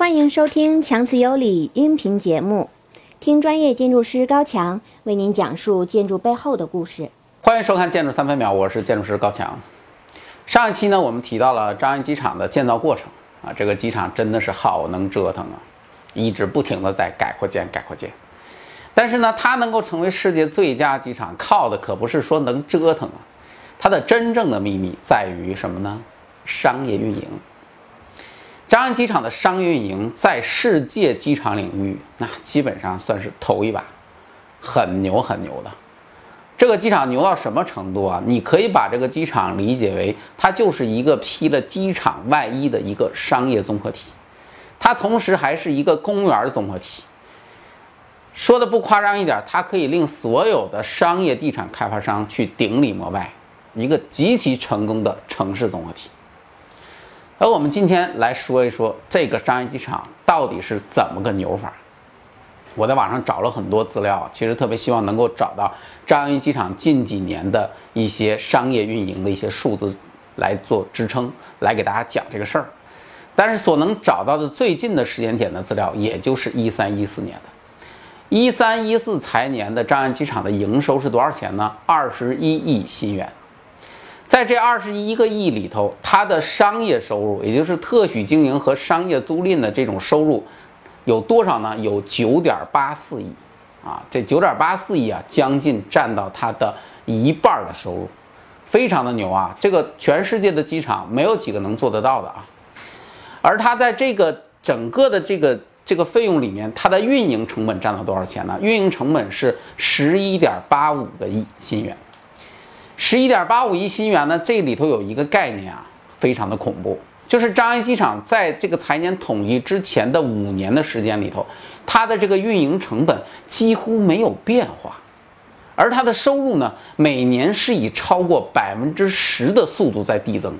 欢迎收听强词有理音频节目，听专业建筑师高强为您讲述建筑背后的故事。 欢迎收看《建筑3分秒》，我是建筑师高强。上一期呢，我们提到了张掖机场的建造过程啊，这个机场真的是好能折腾啊，一直不停的在改扩建。但是呢，它能够成为世界最佳机场，靠的可不是说能折腾啊，它的真正的秘密在于什么呢？商业运营。张掖机场的商业运营在世界机场领域，那基本上算是头一把，很牛的。这个机场牛到什么程度啊？你可以把这个机场理解为，它就是一个披了机场外衣的一个商业综合体，它同时还是一个公园综合体。说的不夸张一点，它可以令所有的商业地产开发商去顶礼膜拜，一个极其成功的城市综合体。而我们今天来说一说这个张掖机场到底是怎么个牛法。我在网上找了很多资料，其实特别希望能够找到张掖机场近几年的一些商业运营的一些数字来做支撑，来给大家讲这个事儿。但是所能找到的最近的时间点的资料，也就是13、14年的。13、14财年的张掖机场的营收是多少钱呢？21亿新元。在这21个亿里头，它的商业收入，也就是特许经营和商业租赁的这种收入，有多少呢？有9.84亿啊！这9.84亿啊，将近占到它的一半的收入，非常的牛啊！这个全世界的机场没有几个能做得到的啊。而它在这个整个的这个费用里面，它的运营成本占到多少钱呢？运营成本是11.85个亿新元。11.85亿新元呢，这里头有一个概念啊，非常的恐怖，就是张掖机场在这个财年统计之前的5年的时间里头，它的这个运营成本几乎没有变化，而它的收入呢，每年是以超过10%的速度在递增。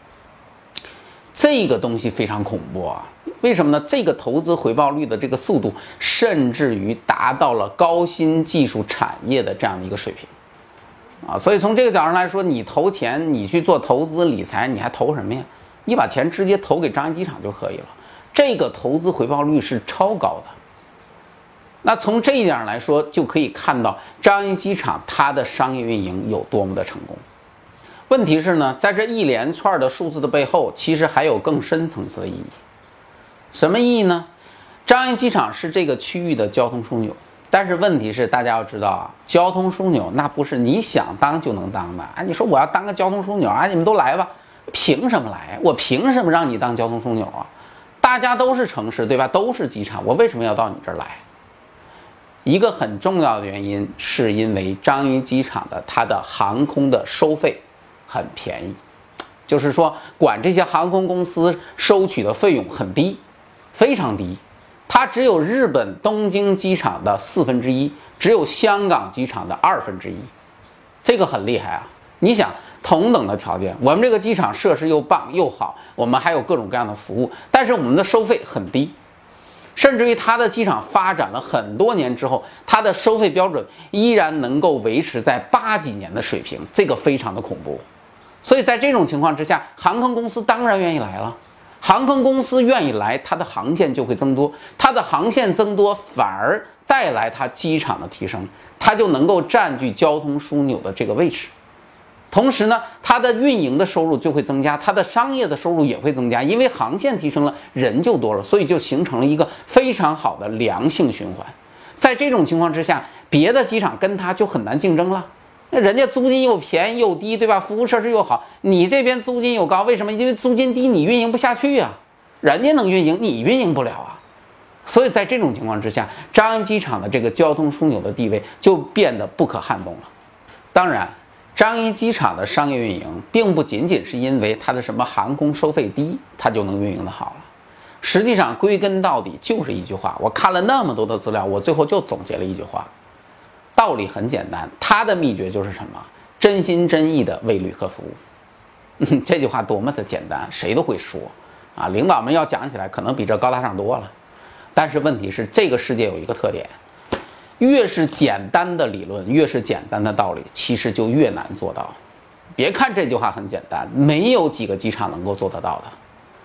这个东西非常恐怖啊！为什么呢？这个投资回报率的这个速度，甚至于达到了高新技术产业的这样的一个水平。所以从这个角度上来说，你投钱，你去做投资理财，你还投什么呀？你把钱直接投给张掖机场就可以了。这个投资回报率是超高的。那从这一点上来说，就可以看到张掖机场它的商业运营有多么的成功。问题是呢，在这一连串的数字的背后，其实还有更深层次的意义。什么意义呢？张掖机场是这个区域的交通枢纽。但是问题是，大家要知道啊，交通枢纽那不是你想当就能当的啊！你说我要当个交通枢纽啊，你们都来吧，凭什么来？我凭什么让你当交通枢纽啊？大家都是城市，对吧？都是机场，我为什么要到你这儿来？一个很重要的原因，是因为张掖机场的它的航空的收费很便宜，就是说管这些航空公司收取的费用很低，非常低。它只有日本东京机场的1/4，只有香港机场的1/2，这个很厉害啊！你想，同等的条件，我们这个机场设施又棒又好，我们还有各种各样的服务，但是我们的收费很低，甚至于它的机场发展了很多年之后，它的收费标准依然能够维持在80几年的水平，这个非常的恐怖。所以在这种情况之下，航空公司当然愿意来了。航空公司愿意来，它的航线就会增多，它的航线增多反而带来它机场的提升，它就能够占据交通枢纽的这个位置。同时呢，它的运营的收入就会增加，它的商业的收入也会增加，因为航线提升了，人就多了，所以就形成了一个非常好的良性循环。在这种情况之下，别的机场跟它就很难竞争了。那人家租金又便宜又低，对吧？服务设施又好，你这边租金又高，为什么？因为租金低，你运营不下去啊，人家能运营，你运营不了啊。所以在这种情况之下，张掖机场的这个交通枢纽的地位就变得不可撼动了。当然，张掖机场的商业运营并不仅仅是因为它的什么航空收费低，它就能运营得好了。实际上，归根到底就是一句话，我看了那么多的资料，我最后就总结了一句话。道理很简单，它的秘诀就是什么？真心真意的为旅客服务。这句话多么的简单，谁都会说啊！领导们要讲起来，可能比这高大上多了。但是问题是，这个世界有一个特点，越是简单的理论，越是简单的道理，其实就越难做到。别看这句话很简单，没有几个机场能够做得到的。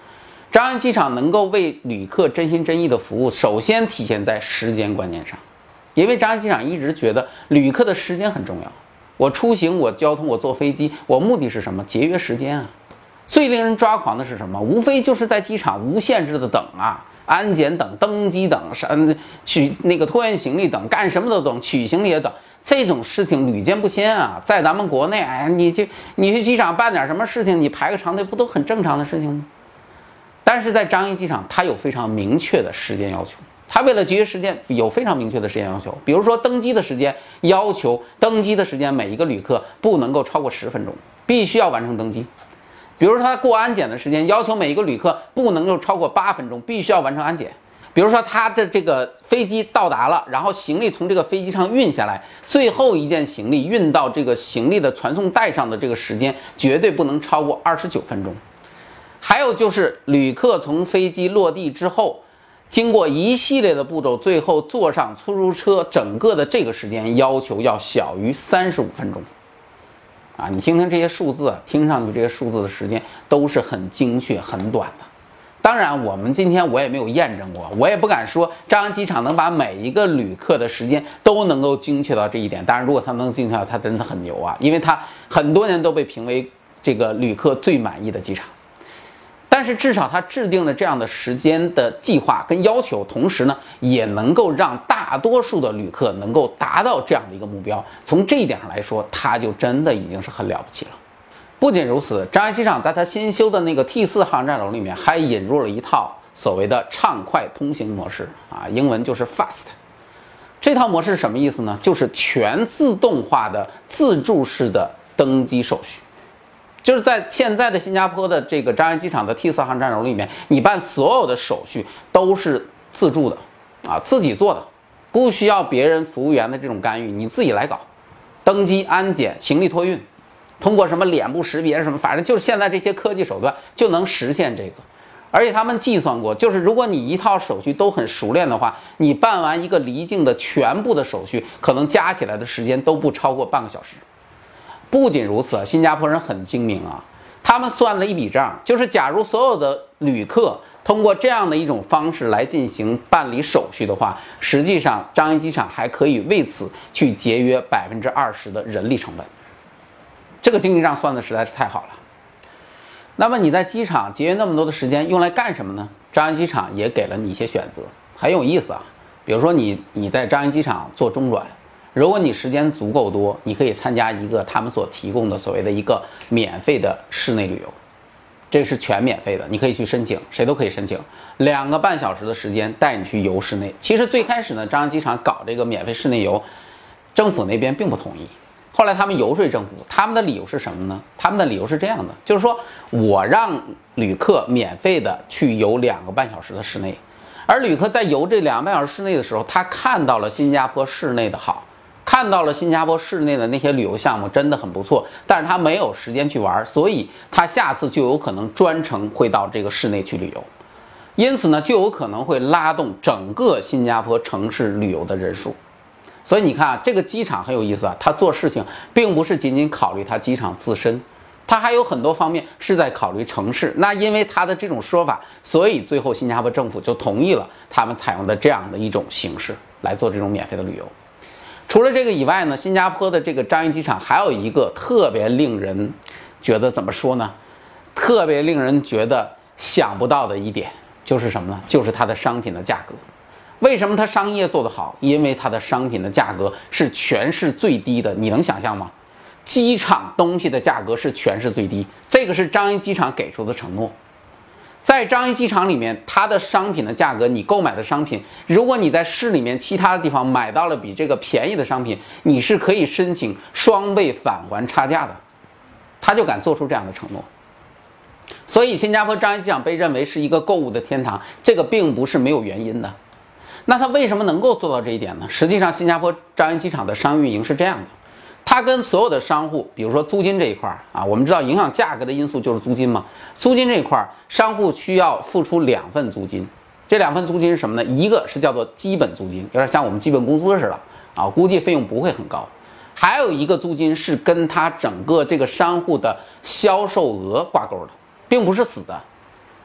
张安机场能够为旅客真心真意的服务，首先体现在时间观念上，因为张安机场一直觉得旅客的时间很重要。我出行，我交通，我坐飞机，我目的是什么？节约时间啊！最令人抓狂的是什么？无非就是在机场无限制的等啊，安检等、登机等、取那个托运行李等，干什么都等，取行李也等。这种事情屡见不鲜啊！在咱们国内，哎，你去机场办点什么事情，你排个长队，不都很正常的事情吗？但是在张掖机场，它有非常明确的时间要求。它为了节约时间，有非常明确的时间要求。比如说登机的时间，要求登机的时间每一个旅客不能够超过10分钟，必须要完成登机。比如说他过安检的时间，要求每一个旅客不能够超过8分钟，必须要完成安检。比如说他的这个飞机到达了，然后行李从这个飞机上运下来，最后一件行李运到这个行李的传送带上的这个时间绝对不能超过29分钟。还有就是旅客从飞机落地之后，经过一系列的步骤，最后坐上出租车，整个的这个时间要求要小于35分钟。啊，你听听这些数字，听上去这些数字的时间都是很精确、很短的。当然，我们今天我也没有验证过，我也不敢说张掖机场能把每一个旅客的时间都能够精确到这一点。当然，如果他能精确到，他真的很牛啊，因为他很多年都被评为这个旅客最满意的机场。但是至少他制定了这样的时间的计划跟要求，同时呢，也能够让大多数的旅客能够达到这样的一个目标。从这一点上来说，他就真的已经是很了不起了。不仅如此，张掖机场在它新修的那个 T4 航站楼里面还引入了一套所谓的畅快通行模式啊，英文就是 Fast。这套模式是什么意思呢？就是全自动化的自助式的登机手续。就是在现在的新加坡的这个张掖机场的 T4 航站楼里面，你办所有的手续都是自助的啊，自己做的，不需要别人服务员的这种干预，你自己来搞。登机、安检、行李托运，通过什么脸部识别什么，反正就是现在这些科技手段就能实现这个。而且他们计算过，就是如果你一套手续都很熟练的话，你办完一个离境的全部的手续，可能加起来的时间都不超过半个小时。不仅如此，新加坡人很精明啊，他们算了一笔账，就是假如所有的旅客通过这样的一种方式来进行办理手续的话，实际上张掖机场还可以为此去节约20%的人力成本。这个经济账算的实在是太好了。那么你在机场节约那么多的时间用来干什么呢？张掖机场也给了你一些选择，很有意思啊。比如说你在张掖机场做中转，如果你时间足够多，你可以参加一个他们所提供的所谓的一个免费的室内旅游，这是全免费的，你可以去申请，谁都可以申请，2个半小时的时间带你去游室内。其实最开始呢，张掖机场搞这个免费室内游，政府那边并不同意。后来他们游说政府，他们的理由是什么呢？他们的理由是这样的，就是说我让旅客免费的去游2个半小时的室内，而旅客在游这2个半小时室内的时候，他看到了新加坡室内的好，看到了新加坡室内的那些旅游项目真的很不错，但是他没有时间去玩，所以他下次就有可能专程会到这个室内去旅游，因此呢，就有可能会拉动整个新加坡城市旅游的人数。所以你看啊，这个机场很有意思啊，他做事情并不是仅仅考虑他机场自身，他还有很多方面是在考虑城市。那因为他的这种说法，所以最后新加坡政府就同意了他们采用的这样的一种形式来做这种免费的旅游。除了这个以外呢，新加坡的这个张掖机场还有一个特别令人觉得怎么说呢？特别令人觉得想不到的一点就是什么呢？就是它的商品的价格。为什么它商业做得好？因为它的商品的价格是全市最低的，你能想象吗？机场东西的价格是全市最低，这个是张掖机场给出的承诺。在张掖机场里面，它的商品的价格，你购买的商品，如果你在市里面其他的地方买到了比这个便宜的商品，你是可以申请双倍返还差价的。他就敢做出这样的承诺。所以新加坡张掖机场被认为是一个购物的天堂，这个并不是没有原因的。那它为什么能够做到这一点呢？实际上，新加坡张掖机场的商业运营是这样的，它跟所有的商户，比如说租金这一块啊，我们知道影响价格的因素就是租金嘛。租金这一块，商户需要付出2份租金，这2份租金是什么呢？一个是叫做基本租金，有点像我们基本工资似的啊，估计费用不会很高。还有一个租金是跟它整个这个商户的销售额挂钩的，并不是死的。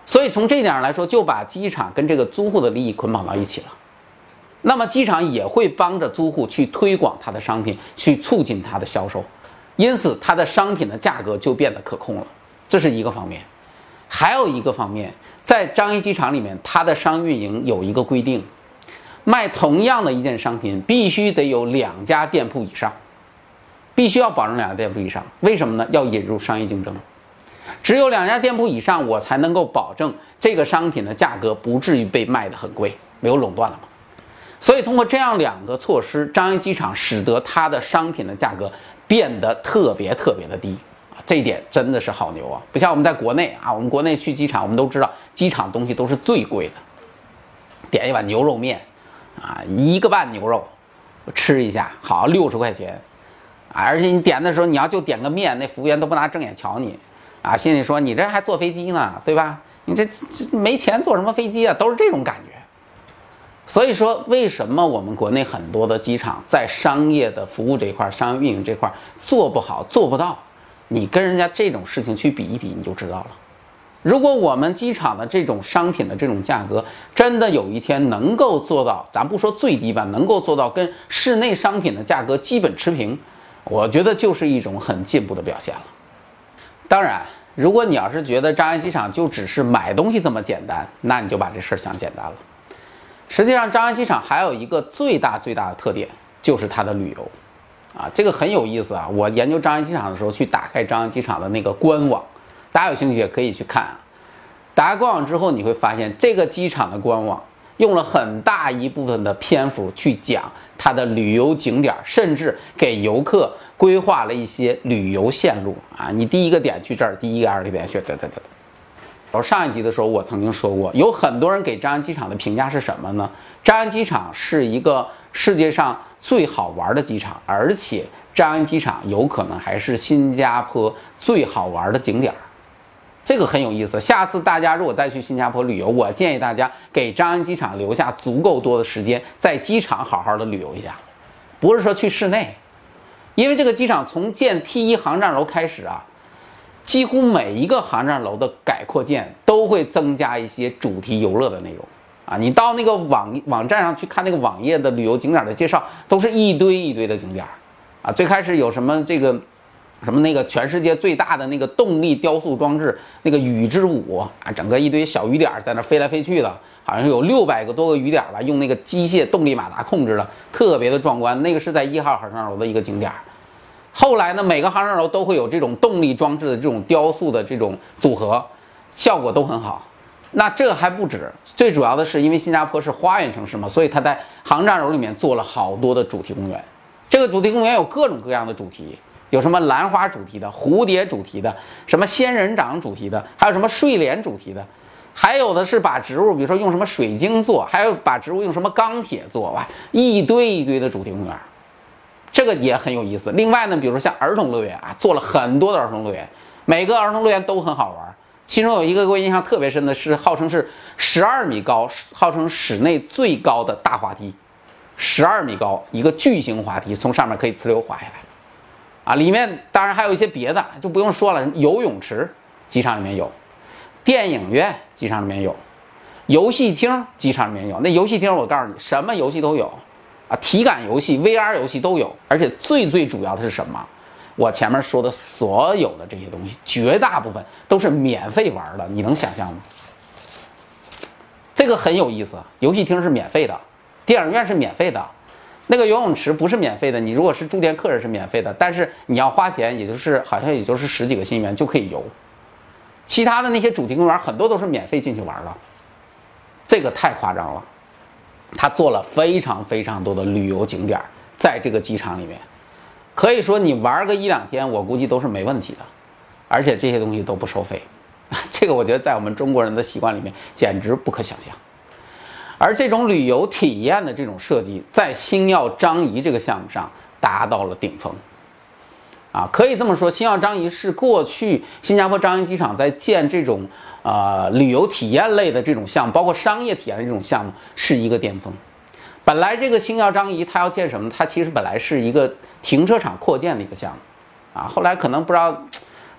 所以从这一点上来说，就把机场跟这个租户的利益捆绑到一起了。那么机场也会帮着租户去推广它的商品，去促进它的销售，因此它的商品的价格就变得可控了。这是一个方面。还有一个方面，在张掖机场里面，它的商运营有一个规定，卖同样的一件商品，必须得有2家店铺以上，必须要保证2家店铺以上。为什么呢？要引入商业竞争。只有2家店铺以上，我才能够保证这个商品的价格不至于被卖得很贵，没有垄断了嘛。所以通过这样2个措施，张掖机场使得它的商品的价格变得特别的低啊，这一点真的是好牛啊！不像我们在国内啊，我们国内去机场，我们都知道机场东西都是最贵的，点一碗牛肉面啊，1个半牛肉，吃一下好60块钱啊，而且你点的时候你要就点个面，那服务员都不拿正眼瞧你啊，心里说你这还坐飞机呢，对吧？你这没钱坐什么飞机啊？都是这种感觉。所以说，为什么我们国内很多的机场在商业的服务这一块、商业运营这块做不好、做不到？你跟人家这种事情去比一比，你就知道了。如果我们机场的这种商品的这种价格真的有一天能够做到，咱不说最低吧，能够做到跟室内商品的价格基本持平，我觉得就是一种很进步的表现了。当然，如果你要是觉得张掖机场就只是买东西这么简单，那你就把这事儿想简单了。实际上，张掖机场还有一个最大的特点，就是它的旅游，啊，这个很有意思啊。我研究张掖机场的时候，去打开张掖机场的那个官网，大家有兴趣也可以去看啊。打开官网之后，你会发现这个机场的官网用了很大一部分的篇幅去讲它的旅游景点，甚至给游客规划了一些旅游线路啊。你第一个点去这儿，第一个2个点去这。然后上一集的时候，我曾经说过，有很多人给张掖机场的评价是什么呢？张掖机场是一个世界上最好玩的机场，而且张掖机场有可能还是新加坡最好玩的景点。这个很有意思。下次大家如果再去新加坡旅游，我建议大家给张掖机场留下足够多的时间，在机场好好的旅游一下，不是说去室内，因为这个机场从建T1航站楼开始啊。几乎每一个航站楼的改扩建都会增加一些主题游乐的内容啊！你到那个网站上去看那个网页的旅游景点的介绍，都是一堆的景点啊！最开始有什么那个全世界最大的那个动力雕塑装置，那个雨之舞啊，整个一堆小雨点在那飞来飞去的，好像有600多个雨点吧，用那个机械动力马达控制的，特别的壮观。那个是在1号航站楼的一个景点。后来呢，每个航站楼都会有这种动力装置的这种雕塑的这种组合，效果都很好。那这还不止，最主要的是因为新加坡是花园城市嘛，所以它在航站楼里面做了好多的主题公园。这个主题公园有各种各样的主题，有什么兰花主题的、蝴蝶主题的、什么仙人掌主题的，还有什么睡莲主题的，还有的是把植物，比如说用什么水晶做，还有把植物用什么钢铁做，哇，一堆的主题公园。这个也很有意思。另外呢，比如说像儿童乐园啊，做了很多的儿童乐园，每个儿童乐园都很好玩。其中有一个给我印象特别深的是，号称是12米高，号称室内最高的大滑梯，12米高，一个巨型滑梯，从上面可以呲溜滑下来。啊，里面当然还有一些别的，就不用说了，游泳池机场里面有，电影院机场里面有，游戏厅机场里面有。那游戏厅我告诉你，什么游戏都有。啊，体感游戏、VR 游戏都有，而且最主要的是什么？我前面说的所有的这些东西，绝大部分都是免费玩的，你能想象吗？这个很有意思。游戏厅是免费的，电影院是免费的，那个游泳池不是免费的，你如果是住店客人是免费的，但是你要花钱，好像也就是10几个新元就可以游。其他的那些主题公园很多都是免费进去玩了，这个太夸张了。他做了非常多的旅游景点，在这个机场里面，可以说你玩个1、2天，我估计都是没问题的，而且这些东西都不收费，这个我觉得在我们中国人的习惯里面简直不可想象。而这种旅游体验的这种设计，在星耀张仪这个项目上达到了顶峰。啊，可以这么说，星耀张仪是过去新加坡张掖机场在建这种旅游体验类的这种项目，包括商业体验的这种项目，是一个巅峰。本来这个星耀张仪它要建什么？它其实本来是一个停车场扩建的一个项目，啊，后来可能不知道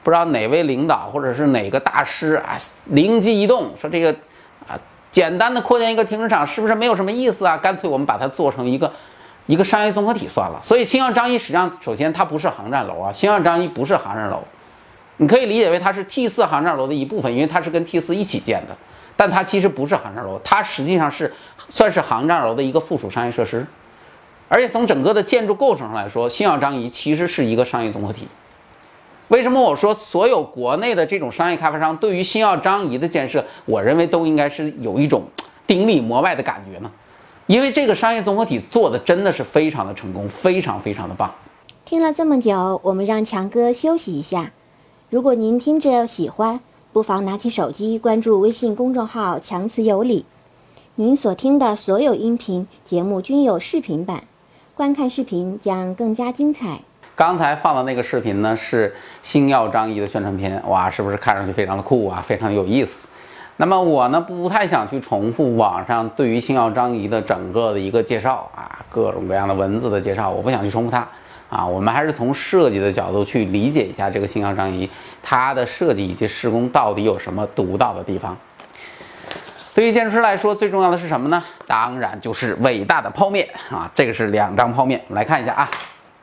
不知道哪位领导或者是哪个大师啊，灵机一动说这个简单的扩建一个停车场是不是没有什么意思啊？干脆我们把它做成一个商业综合体算了。所以星耀张一实际上首先它不是航站楼啊，星耀张一不是航站楼，你可以理解为它是 T4 航站楼的一部分，因为它是跟 T4 一起建的，但它其实不是航站楼，它实际上算是航站楼的一个附属商业设施。而且从整个的建筑构成上来说，星耀张一其实是一个商业综合体。为什么我说所有国内的这种商业开发商对于星耀张一的建设，我认为都应该是有一种顶礼膜拜的感觉呢？因为这个商业综合体做的真的是非常的成功，非常非常的棒。 听了这么久，我们让强哥休息一下。如果您听着喜欢，不妨拿起手机关注微信公众号强词有理。您所听的所有音频节目均有视频版，观看视频将更加精彩。 刚才放的那个视频呢，是星耀张一的宣传片，哇，是不是看上去非常的酷啊，非常有意思？那么我呢，不太想去重复网上对于星耀张一的整个的一个介绍啊，各种各样的文字的介绍，我不想去重复它啊。我们还是从设计的角度去理解一下这个星耀张一，它的设计以及施工到底有什么独到的地方。对于建筑师来说，最重要的是什么呢？当然就是伟大的剖面啊！这个是2张剖面，我们来看一下啊。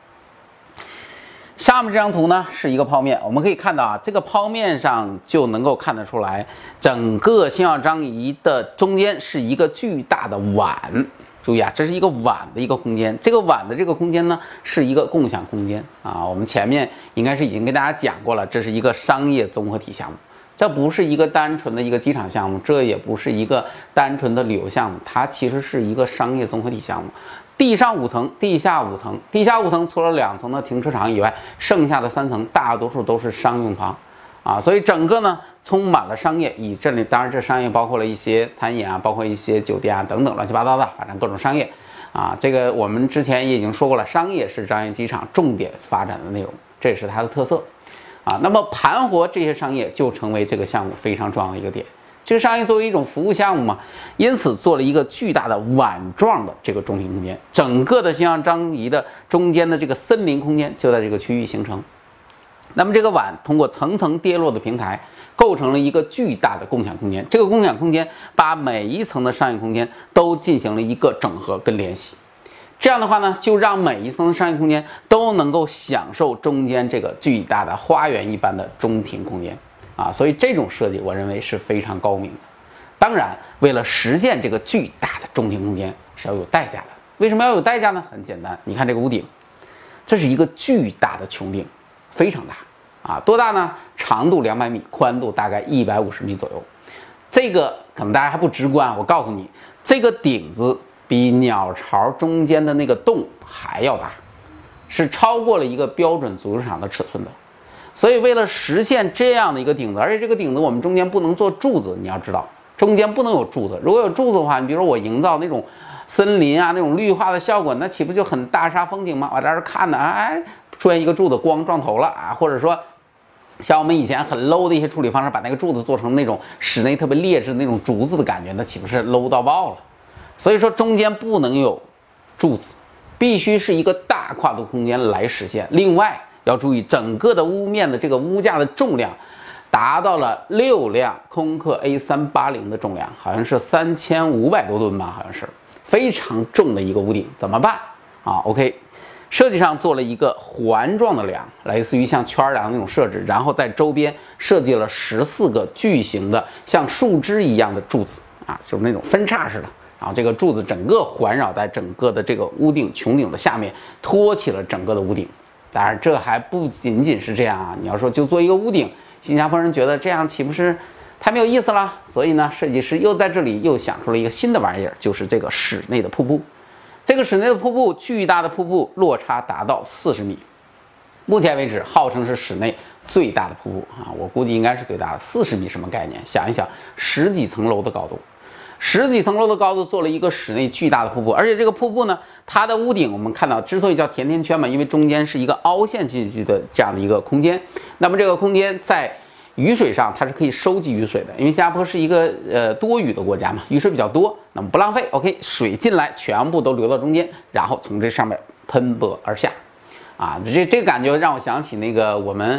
下面这张图呢是一个剖面，我们可以看到啊，这个剖面上就能够看得出来，整个星耀张一的中间是一个巨大的碗。注意啊，这是一个碗的一个空间，这个碗的这个空间呢是一个共享空间啊。我们前面应该是已经跟大家讲过了，这是一个商业综合体项目，这不是一个单纯的一个机场项目，这也不是一个单纯的旅游项目，它其实是一个商业综合体项目。地上5层，地下5层，地下5层除了2层的停车场以外，剩下的3层大多数都是商用房啊，所以整个呢充满了商业。以这里当然这商业包括了一些餐饮啊，包括一些酒店啊等等乱七八糟的，反正各种商业啊。这个我们之前也已经说过了，商业是张园机场重点发展的内容，这也是它的特色啊。那么盘活这些商业就成为这个项目非常重要的一个点。这个商业作为一种服务项目嘛，因此做了一个巨大的碗状的这个中庭空间，整个的星耀张一的中间的这个森林空间就在这个区域形成。那么这个碗通过层层跌落的平台，构成了一个巨大的共享空间。这个共享空间把每一层的商业空间都进行了一个整合跟联系。这样的话呢，就让每一层的商业空间都能够享受中间这个巨大的花园一般的中庭空间。啊，所以这种设计我认为是非常高明的。当然，为了实现这个巨大的中庭空间是要有代价的。为什么要有代价呢？很简单，你看这个屋顶，这是一个巨大的穹顶，非常大啊，多大呢？长度200米，宽度大概150米左右。这个可能大家还不直观，我告诉你，这个顶子比鸟巢中间的那个洞还要大，是超过了一个标准足球场的尺寸的。所以为了实现这样的一个顶子，而且这个顶子我们中间不能做柱子，你要知道中间不能有柱子。如果有柱子的话，你比如说我营造那种森林啊，那种绿化的效果，那岂不就很大煞风景吗？我在这儿看呢，哎，出现一个柱子，光撞头了啊，或者说像我们以前很 low 的一些处理方式，把那个柱子做成那种室内特别劣质的那种竹子的感觉，那岂不是 low 到爆了？所以说中间不能有柱子，必须是一个大跨度空间来实现。另外要注意，整个的屋面的这个屋架的重量达到了6辆空客 A380的重量，好像是3500多吨吧，好像是非常重的一个屋顶，怎么办啊 ？OK， 设计上做了一个环状的梁，类似于像圈梁那种设置，然后在周边设计了14个巨型的像树枝一样的柱子啊，就是那种分叉式的。然后这个柱子整个环绕在整个的这个屋顶穹顶的下面，托起了整个的屋顶。当然，这还不仅仅是这样啊！你要说就做一个屋顶，新加坡人觉得这样岂不是太没有意思了？所以呢，设计师又在这里又想出了一个新的玩意儿，就是这个室内的瀑布。这个室内的瀑布，巨大的瀑布落差达到40米，目前为止号称是室内最大的瀑布啊！我估计应该是最大的，40米什么概念？想一想，10几层楼的高度。10几层楼的高度做了一个室内巨大的瀑布，而且这个瀑布呢，它的屋顶我们看到，之所以叫甜甜圈嘛，因为中间是一个凹陷进去的这样的一个空间。那么这个空间在雨水上它是可以收集雨水的，因为新加坡是一个多雨的国家嘛，雨水比较多，那么不浪费。OK， 水进来全部都流到中间，然后从这上面喷薄而下，啊，这个感觉让我想起那个我们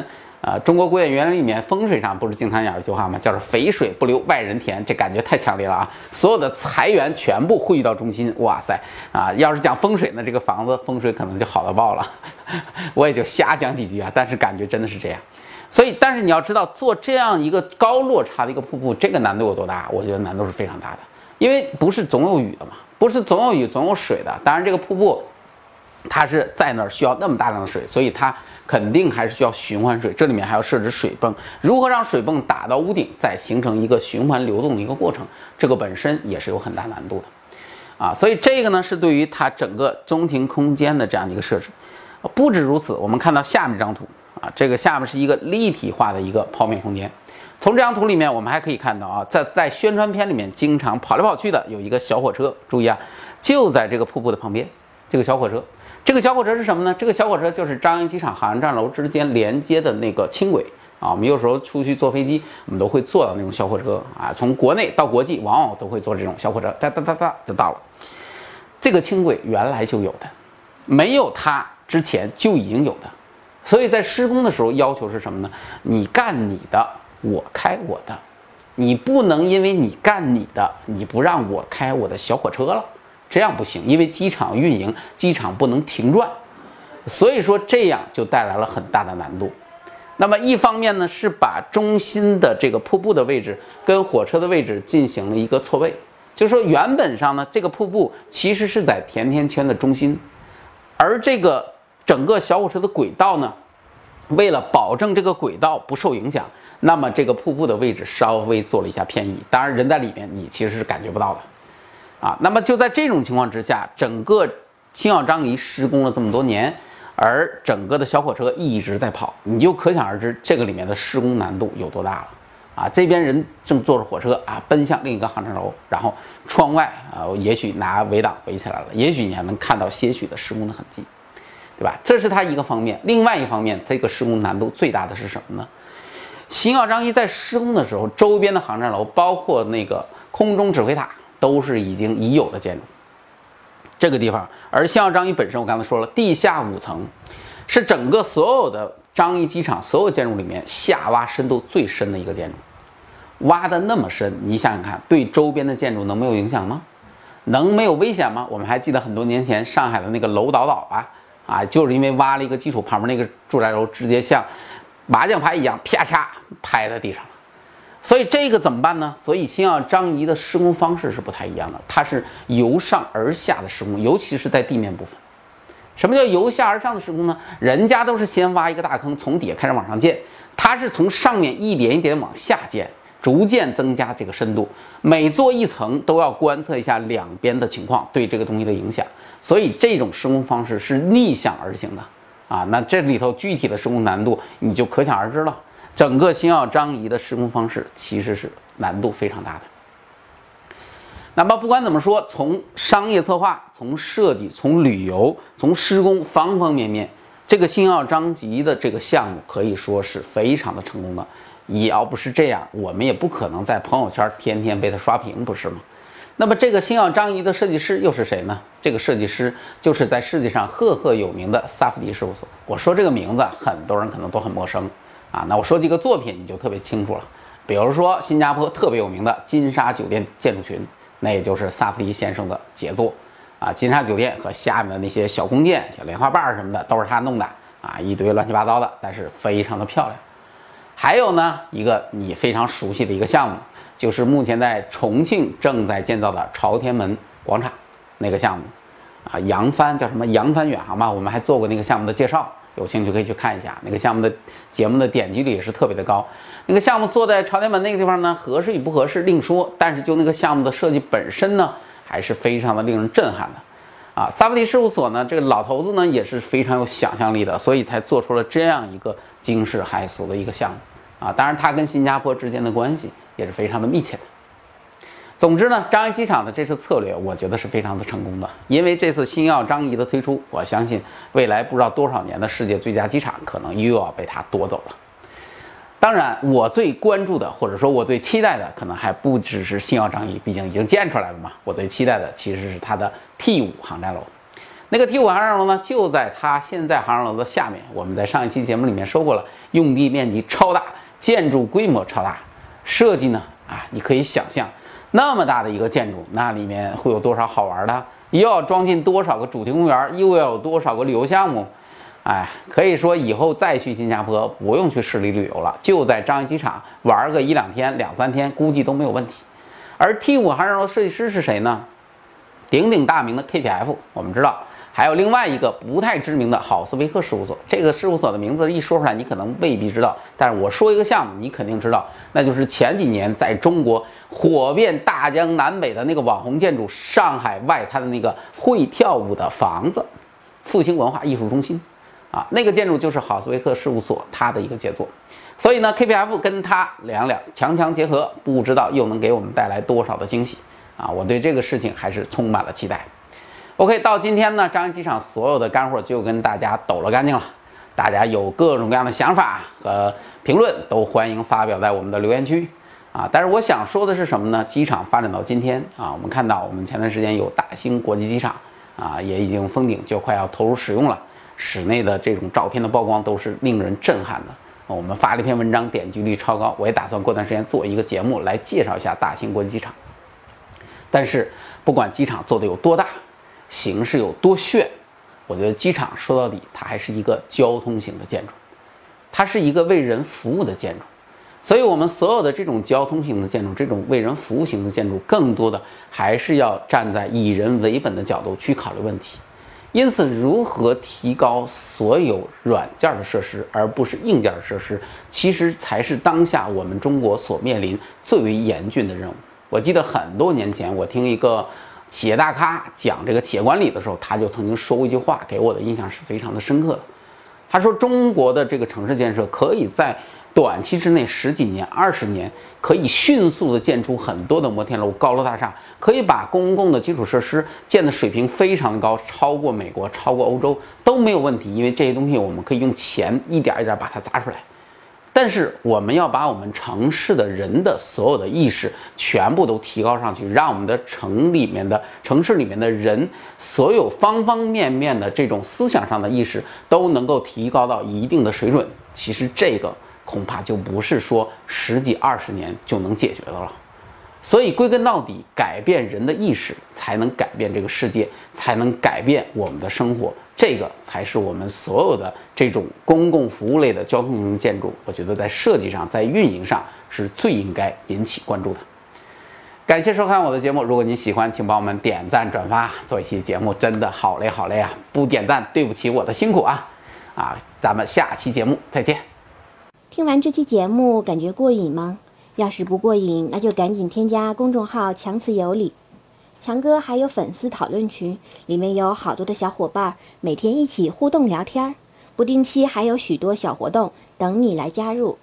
中国古典原理里面风水上不是经常讲一句话吗？叫做肥水不流外人田，这感觉太强烈了啊！所有的财源全部汇聚到中心，哇塞啊！要是讲风水呢，这个房子风水可能就好到爆了。我也就瞎讲几句啊，但是感觉真的是这样。所以，但是你要知道，做这样一个高落差的一个瀑布，这个难度有多大？我觉得难度是非常大的，因为不是总有雨的嘛，不是总有雨总有水的。当然，这个瀑布它是在那儿需要那么大量的水，所以它肯定还是需要循环水，这里面还要设置水泵。如何让水泵打到屋顶，再形成一个循环流动的一个过程，这个本身也是有很大难度的啊。所以这个呢是对于它整个中庭空间的这样的一个设置。不止如此，我们看到下面这张图啊，这个下面是一个立体化的一个剖面空间。从这张图里面，我们还可以看到啊，在宣传片里面经常跑来跑去的有一个小火车，注意啊，就在这个瀑布的旁边，这个小火车。这个小火车是什么呢？这个小火车就是张掖机场航站楼之间连接的那个轻轨啊。我们有时候出去坐飞机，我们都会坐到那种小火车啊，从国内到国际，往往都会坐这种小火车，哒哒哒哒就到了。这个轻轨原来就有的，没有它之前就已经有的，所以在施工的时候要求是什么呢？你干你的，我开我的，你不能因为你干你的，你不让我开我的小火车了。这样不行，因为机场运营，机场不能停转，所以说这样就带来了很大的难度。那么一方面呢，是把中心的这个瀑布的位置跟火车的位置进行了一个错位，就是说原本上呢，这个瀑布其实是在甜甜圈的中心，而这个整个小火车的轨道呢，为了保证这个轨道不受影响，那么这个瀑布的位置稍微做了一下偏移，当然人在里面你其实是感觉不到的。那么就在这种情况之下，整个星耀张仪施工了这么多年，而整个的小火车一直在跑，你就可想而知这个里面的施工难度有多大了这边人正坐着火车奔向另一个航站楼，然后窗外也许拿围挡围起来了，也许你还能看到些许的施工的痕迹，对吧？这是它一个方面。另外一方面，这个施工难度最大的是什么呢？星耀张仪在施工的时候，周边的航站楼包括那个空中指挥塔都是已有的建筑，这个地方，而星耀张仪本身，我刚才说了，地下5层，是整个所有的张仪机场所有建筑里面下挖深度最深的一个建筑，挖的那么深，你想想看，对周边的建筑能没有影响吗？能没有危险吗？我们还记得很多年前上海的那个楼倒就是因为挖了一个基础，旁边那个住宅楼直接像麻将牌一样啪嚓拍在地上。所以这个怎么办呢？所以星耀张仪的施工方式是不太一样的，它是由上而下的施工，尤其是在地面部分。什么叫由下而上的施工呢？人家都是先挖一个大坑，从底下开始往上建，它是从上面一点一点往下建，逐渐增加这个深度。每做一层都要观测一下两边的情况对这个东西的影响，所以这种施工方式是逆向而行的那这里头具体的施工难度你就可想而知了。整个星耀张仪的施工方式其实是难度非常大的。那么不管怎么说，从商业策划、从设计、从旅游、从施工方方面面，这个星耀张仪的这个项目可以说是非常的成功的。要不是这样，我们也不可能在朋友圈天天被他刷屏，不是吗？那么这个星耀张仪的设计师又是谁呢？这个设计师就是在世界上赫赫有名的萨夫迪事务所。我说这个名字，很多人可能都很陌生那我说几个作品你就特别清楚了。比如说新加坡特别有名的金沙酒店建筑群，那也就是萨夫迪先生的杰作金沙酒店和下面的那些小宫殿、小莲花瓣什么的都是他弄的一堆乱七八糟的，但是非常的漂亮。还有呢，一个你非常熟悉的一个项目，就是目前在重庆正在建造的朝天门广场那个项目扬帆叫什么扬帆远航吧，我们还做过那个项目的介绍，有兴趣可以去看一下。那个项目的节目的点击率也是特别的高。那个项目做在朝天门那个地方呢，合适与不合适另说，但是就那个项目的设计本身呢，还是非常的令人震撼的萨夫迪事务所呢，这个老头子呢也是非常有想象力的，所以才做出了这样一个惊世骇俗的一个项目当然他跟新加坡之间的关系也是非常的密切的。总之呢，张仪机场的这次策略我觉得是非常的成功的，因为这次星耀张仪的推出，我相信未来不知道多少年的世界最佳机场可能又要被他夺走了。当然我最关注的或者说我最期待的可能还不只是星耀张仪，毕竟已经建出来了嘛，我最期待的其实是它的 T5 航站楼。那个 T5 航站楼呢，就在它现在航站楼的下面，我们在上一期节目里面说过了， 用地面积超大，建筑规模超大，设计呢你可以想象，那么大的一个建筑，那里面会有多少好玩的？又要装进多少个主题公园，又要有多少个旅游项目？可以说以后再去新加坡不用去市里旅游了，就在樟宜机场玩个1-2天、2-3天，估计都没有问题。而 T5航站楼设计师是谁呢？鼎鼎大名的 KPF， 我们知道，还有另外一个不太知名的郝斯维克事务所。这个事务所的名字一说出来，你可能未必知道，但是我说一个项目，你肯定知道，那就是前几年在中国火遍大江南北的那个网红建筑——上海外滩的那个会跳舞的房子，复兴文化艺术中心。那个建筑就是郝斯维克事务所它的一个杰作。所以呢 ，KPF 跟它两强结合，不知道又能给我们带来多少的惊喜我对这个事情还是充满了期待。OK， 到今天呢，樟宜机场所有的干货就跟大家抖了干净了。大家有各种各样的想法和评论，都欢迎发表在我们的留言区但是我想说的是什么呢？机场发展到今天我们看到我们前段时间有大兴国际机场也已经封顶，就快要投入使用了。室内的这种照片的曝光都是令人震撼的。我们发了一篇文章，点击率超高，我也打算过段时间做一个节目来介绍一下大兴国际机场。但是不管机场做的有多大，形式有多炫，我觉得机场说到底它还是一个交通型的建筑，它是一个为人服务的建筑。所以我们所有的这种交通型的建筑，这种为人服务型的建筑，更多的还是要站在以人为本的角度去考虑问题。因此，如何提高所有软件的设施，而不是硬件的设施，其实才是当下我们中国所面临最为严峻的任务。我记得很多年前，我听一个企业大咖讲这个企业管理的时候，他就曾经说过一句话，给我的印象是非常的深刻的。他说，中国的这个城市建设可以在短期之内10几年、20年，可以迅速的建出很多的摩天楼、高楼大厦，可以把公共的基础设施建的水平非常的高，超过美国、超过欧洲都没有问题，因为这些东西我们可以用钱一点一点把它砸出来。但是我们要把我们城市的人的所有的意识全部都提高上去，让我们的城市里面的人所有方方面面的这种思想上的意识都能够提高到一定的水准。其实这个恐怕就不是说10几20年就能解决的了。所以归根到底，改变人的意识才能改变这个世界，才能改变我们的生活。这个才是我们所有的这种公共服务类的交通型建筑，我觉得在设计上、在运营上是最应该引起关注的。感谢收看我的节目，如果您喜欢，请帮我们点赞转发。做一期节目真的好累啊，不点赞对不起我的辛苦咱们下期节目再见。 听完这期节目感觉过瘾吗？要是不过瘾，那就赶紧添加公众号强词有理。强哥还有粉丝讨论群，里面有好多的小伙伴，每天一起互动聊天，不定期还有许多小活动等你来加入。